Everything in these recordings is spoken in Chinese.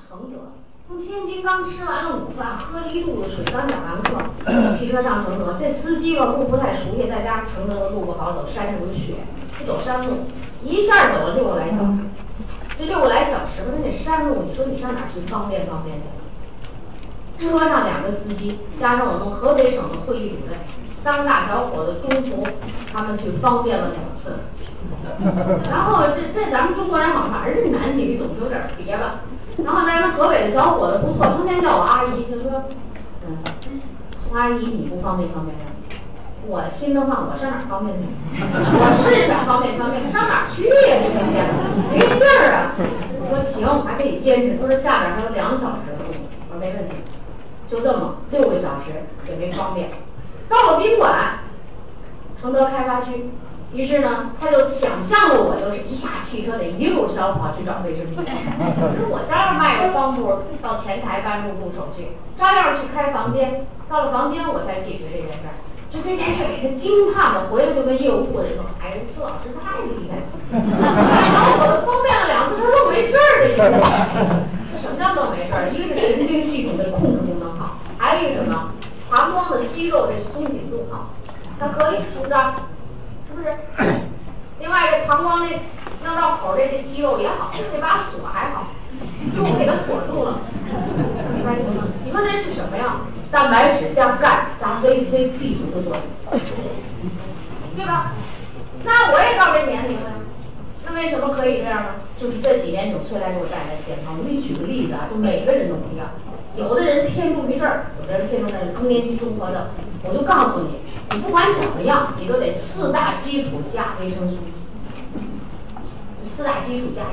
承德，从天津刚吃完了午饭，喝了一肚子水，刚讲完课，骑车上承德。这司机吧路不太熟悉，再加上承德的路不好走，山上有雪，不走山路，一下走了6个来小时。这6个来小时吧，那山路，你说你上哪去方便方便的？车上2个司机，加上我们河北省的会议主任，3个大小伙子，中途他们去方便了2次。然后这咱们中国人好像还是男女总是有点别吧。然后咱们河北的小伙子不错，成天叫我阿姨，就说，宋阿姨你不方便方便的。我心的话，我上哪儿方便去？我是想方便方便，上哪儿去呀？这天天没地儿啊。我说行，还可以坚持。他说下边还有2个小时的路，我说没问题。就这么6个小时也没方便。到了宾馆，承德开发区。于是呢，他就想象了我就是一下汽车得一路小跑去找卫生间。可是我照样迈着方步到前台办入住手续，照样去开房间。到了房间我才解决这件事儿。就这件事给他惊叹了，回来就跟业务部的人说：“哎，苏老师太厉害了！然后我都方便了2次，他说没事儿的。什么叫都没事儿？一个是神经系统的控制功能好，还有一个什么？膀胱的肌肉这松紧度好，它可以舒张。”是不是？另外这膀胱这弄到口这肌肉也好，这把锁还好，又给它锁住了，你看行吗？你说这是什么呀？蛋白质加钙加 VC-B 族的作用，对吧？那我也到这年龄了，那为什么可以这样呢？就是这几年纽崔莱给我带来的健康。我给你举个例子啊，就每个人都不一样，有的人偏重于这儿，有的人偏重在更年期综合症。我就告诉你。你不管怎么样，你都得4大基础加维生素，4大基础加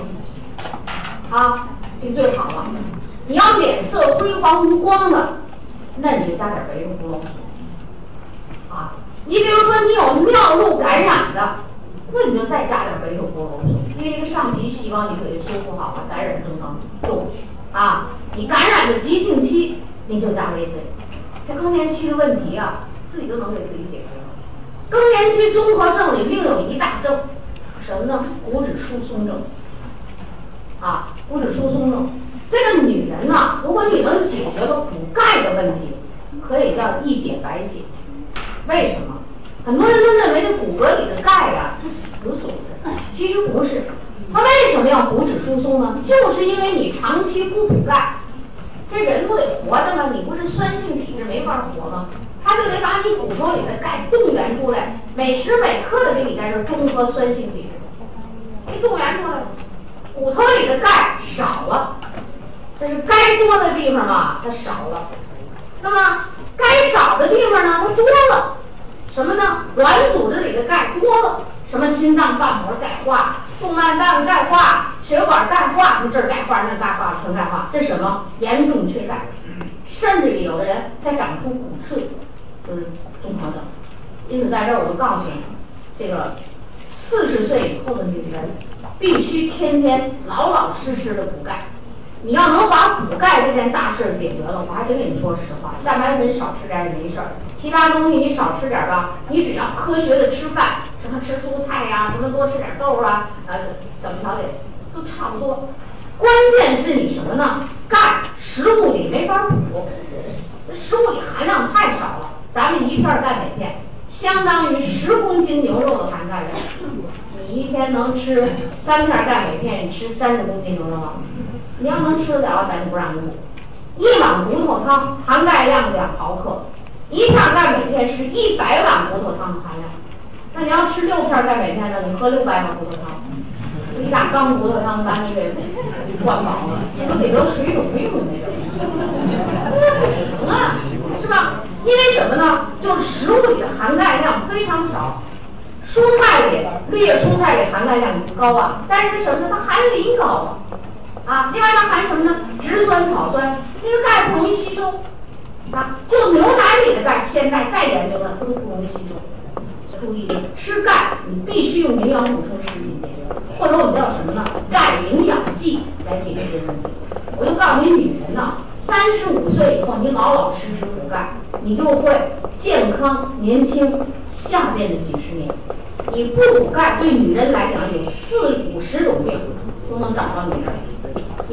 1，啊，这最好了。你要脸色辉煌无光的，那你就加点维生素，啊，你比如说你有尿路感染的，那你就再加点维生素，因为这个上皮细胞你给它修复好了，感染症状重，啊，你感染的急性期你就加维 C， 这更年期的问题啊。自己都能给自己解决了。更年期综合症里另有一大症，什么呢？骨质疏松症。啊，骨质疏松症，这个女人呢，如果你能解决了补钙的问题，可以叫一解百解。为什么？很多人都认为这骨骼里的钙呀是死组织，其实不是。它为什么要骨质疏松呢？就是因为你长期不补钙，这人不得活着吗？你不是酸性体质没法活吗？他就得把你骨头里的钙动员出来，每时每刻的给你在这中和酸性体质，给动员出来，骨头里的钙少了，这是该多的地方嘛，它少了。那么该少的地方呢，它多了，什么呢？软组织里的钙多了，什么心脏瓣膜钙化、动脉瓣钙化、血管钙化，这儿钙化那钙化全钙化，这是什么？严重缺钙，甚至于有的人再长出骨刺。就是综合症，因此在这儿我就告诉你，这个40岁以后的女人必须天天老老实实的补钙。你要能把补钙这件大事解决了，我还真跟你说实话，蛋白粉少吃点也没事儿，其他东西你少吃点吧，你只要科学的吃饭，什么吃蔬菜呀，什么多吃点豆啊，怎么调理都差不多。关键是你什么呢？钙食物里没法补，食物里含量太少了。咱们1片钙镁片相当于10公斤牛肉的含钙量，你一天能吃3片钙镁片，你吃30公斤牛肉吗？你要能吃得了，咱就不让你补。1碗骨头汤含钙量2毫克，1片钙镁片是100碗骨头汤的含量。那你要吃6片钙镁片呢？你喝600碗骨头汤，一大缸骨头汤把你给灌饱了，这都得得水肿病了那种，那不行啊，是吧？因为什么呢？就是食物里的含钙量非常少，蔬菜里绿叶蔬菜里含钙量不高啊，但是什么呢？它含磷高啊，另外它含什么呢？植酸草酸，那个钙不容易吸收啊。就牛奶里的钙，现在再研究呢，它都不容易吸收。注意，吃钙你必须用营养补充食品解决，或者我们叫什么呢？钙营养剂来解决这个问题。我就告诉你，女人呢，35岁以后你老老实实补钙，你就会健康年轻下面的几十年。你不补钙，对女人来讲有40-50种病都能找到你这儿。你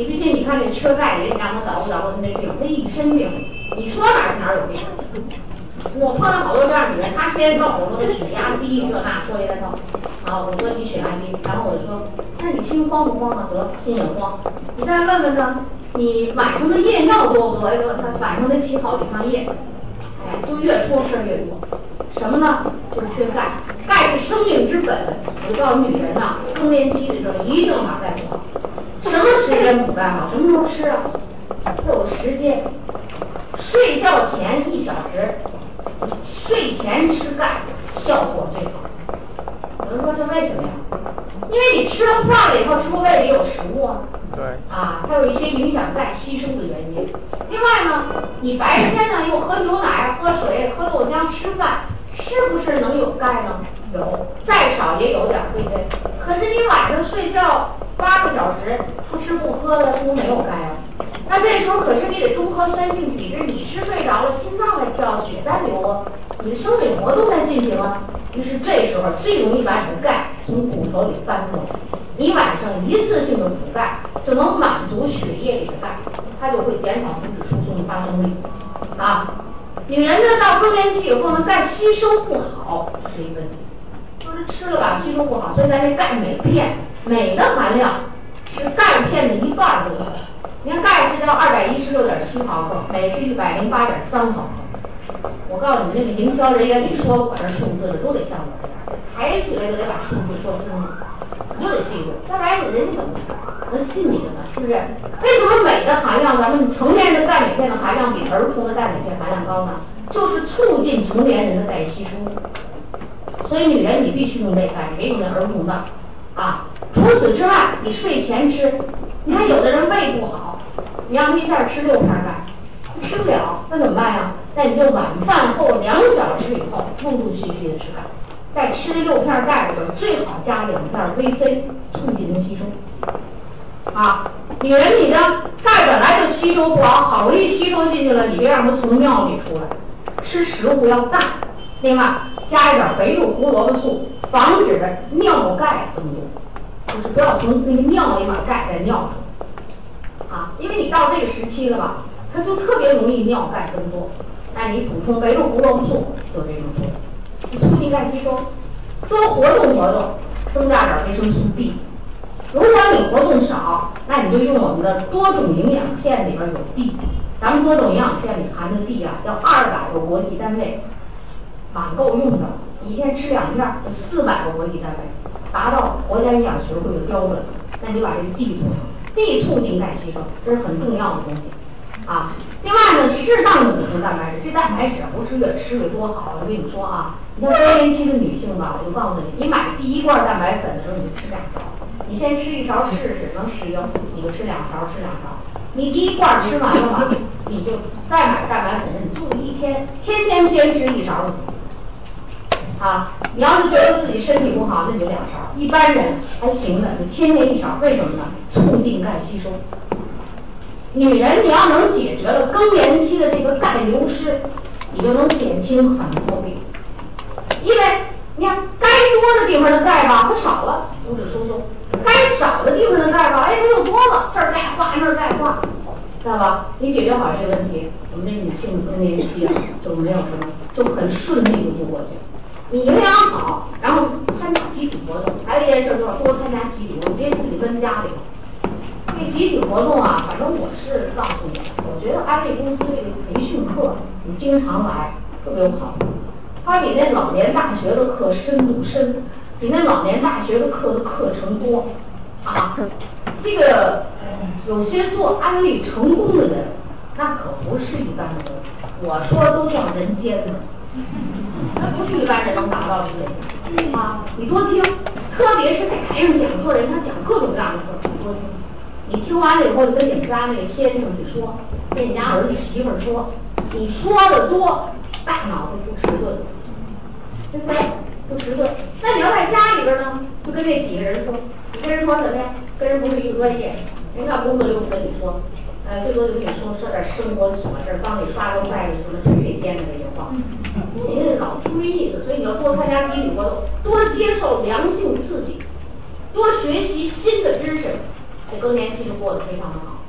你不信，你看这车盖里，你让他捣鼓捣鼓，他那病，他一身病，你说哪儿有病？我碰到好多这样的人，他先问我说的血压低，这那说一大套。啊，我说你血压低，然后我就说，那你心慌不慌啊？得，心也慌。你再问问他，你晚上的夜尿多不多？他晚上得起好几趟夜。哎，就越说事儿越多。什么呢？就是缺钙。钙是生命之本。我告诉女人呐，更年期的时候一定把钙补好。什么时间补钙好？什么时候吃啊？要有时间。睡觉前1小时，睡前吃钙效果最好。有人说这为什么呀？因为你吃了饭了以后，是不是胃里有食物啊？ 对。 啊，它有一些影响钙吸收的原因。另外呢，你白天呢又喝牛奶、喝水、喝豆浆、吃饭，是不是能有钙呢？有，再少也有点，对不对？可是你晚上睡觉8个小时，不吃不喝的，是不是没有钙啊？那这时候可是你得中和酸性体质，你是睡着了，心脏在跳，血在流啊，你的生理活动在进行啊。于是这时候最容易把你的钙从骨头里翻出来。你晚上一次性的补钙，就能满足血液里的钙，它就会减少骨质疏松的发生率。啊，女人呢到更年期以后呢，钙吸收不好是一个问题，就是吃了吧吸收不好，所以咱这钙镁片，镁的含量是钙片的1半左右。你看钙是叫216.7毫克，镁是108.3毫克。我告诉你们，那个营销人员你说我这数字的都得像我这样，抬起来就得把数字说清楚，你就得记住，要不然人家怎么能信你的呢？是不是？为什么镁的含量，咱们成年人的钙镁片的含量比儿童的钙镁片含量高呢？就是促进成年人的钙吸收。所以女人你必须用这钙，别用那儿童的啊。除此之外，你睡前吃，你看有的人胃不好，你让他一下吃6片钙，吃不了，那怎么办呀？那你就晚饭后2小时以后，陆陆续续的吃钙。在吃6片钙里边，最好加2片VC，促进它吸收。啊，女人你的钙本来就吸收不好，好容易吸收进去了，你别让它从尿里出来。吃食物要淡，另外加一点维生胡萝卜素，防止尿钙增多，就是不要从那个尿里把钙再尿出来。啊，因为你到这个时期了吧，它就特别容易尿钙增多。那你补充维生胡萝卜素就这种作用。你促进钙吸收，多活动活动，增加点维生素 D。如果你活动少，那你就用我们的多种营养片里边有 D。咱们多种营养片里含的 D 啊，叫200个国际单位，蛮够用的。一天吃2片，就400个国际单位，达到国家营养学会的标准。那你就把这个 D 补上 ，D 促进钙吸收，这是很重要的东西啊。另外呢，适当的补充蛋白质，这蛋白质不是越吃越多好。我跟你说啊，你像更年期的女性吧，我就告诉你，你买第1罐蛋白粉的时候，你就吃2勺，你先吃1勺试试，能适应，你就吃2勺，吃2勺。你第1罐吃完了吧，你就再买蛋白粉，你就一天，天天坚持1勺就行。啊，你要是觉得自己身体不好，那你就2勺。一般人还行的，你天天1勺，为什么呢？促进钙吸收。女人你要能解决了更年期的这个钙流失，你就能减轻很多病。因为你看该多的地方的钙吧，它少了，骨质疏松；该少的地方的钙吧，哎，它又多了，这儿钙化那儿钙化，知道吧？你解决好这个问题，我们这女性更年期啊就没有什么，就很顺利的度过去。你营养好，然后参加集体活动，还有一件事就是多参加集体活动，别自己跟家里头。这集体活动啊，反正我是告诉你，我觉得安利公司这个培训课，你经常来特别有好处。它比那老年大学的课深度深，比那老年大学的课的课程多啊。这个有些做安利成功的人，那可不是一般的人，我说都叫人间的，那不是一般人能达到的水平啊。你多听，特别是在台上讲课，人他讲各种各样的课，你多听。你听完了以后，就跟你们家那个先生去说，跟你家儿子媳妇儿说，你说的多，大脑子不迟钝，对不对？不迟钝。那你要在家里边呢，就跟这几个人说，你跟人说什么呀？跟人不是一个专业，人家工作就不跟你说，最多就跟你说点生活琐事，帮你刷个筷子什么捶这肩的这些话，你老听这意思。所以你要多参加集体活动，多接受良性刺激，多学习新的知识。这更年期就过得非常的好。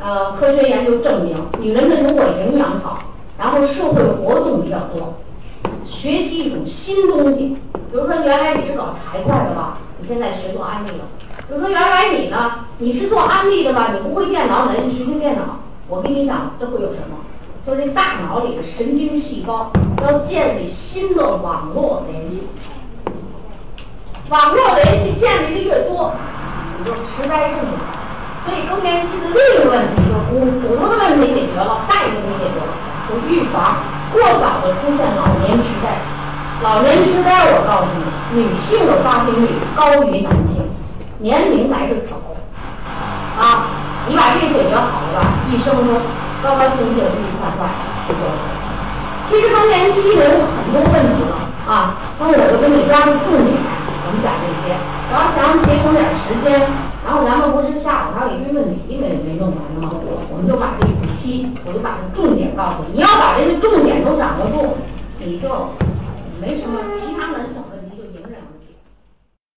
科学研究证明，女人们如果营养好，然后社会活动比较多，学习一种新东西，比如说原来你是搞财会的吧，你现在学做安利了。比如说原来你呢，你是做安利的吧，你不会电脑，那你学学电脑。我跟你讲，这会有什么？就是这大脑里的神经细胞要建立新的网络联系，网络联系建立的越多，你就痴呆症了。所以更年期的另一个问题就是骨头的问题解决了，大问题解决了，就预防过早的出现老年痴呆。老年痴呆，我告诉你，女性的发病率高于男性，年龄来得早啊！你把这个解决好了吧，一生中高高兴兴、愉愉快快就够了。其实更年期人有很多问题了啊，那我就给你抓住重点，我们讲这些。我要想节省点时间，然后咱们不是下午还有一堆问题没弄完的吗？我们就把这5期，我就把这重点告诉你。你要把这个重点都掌握住，你就没什么其他难想的。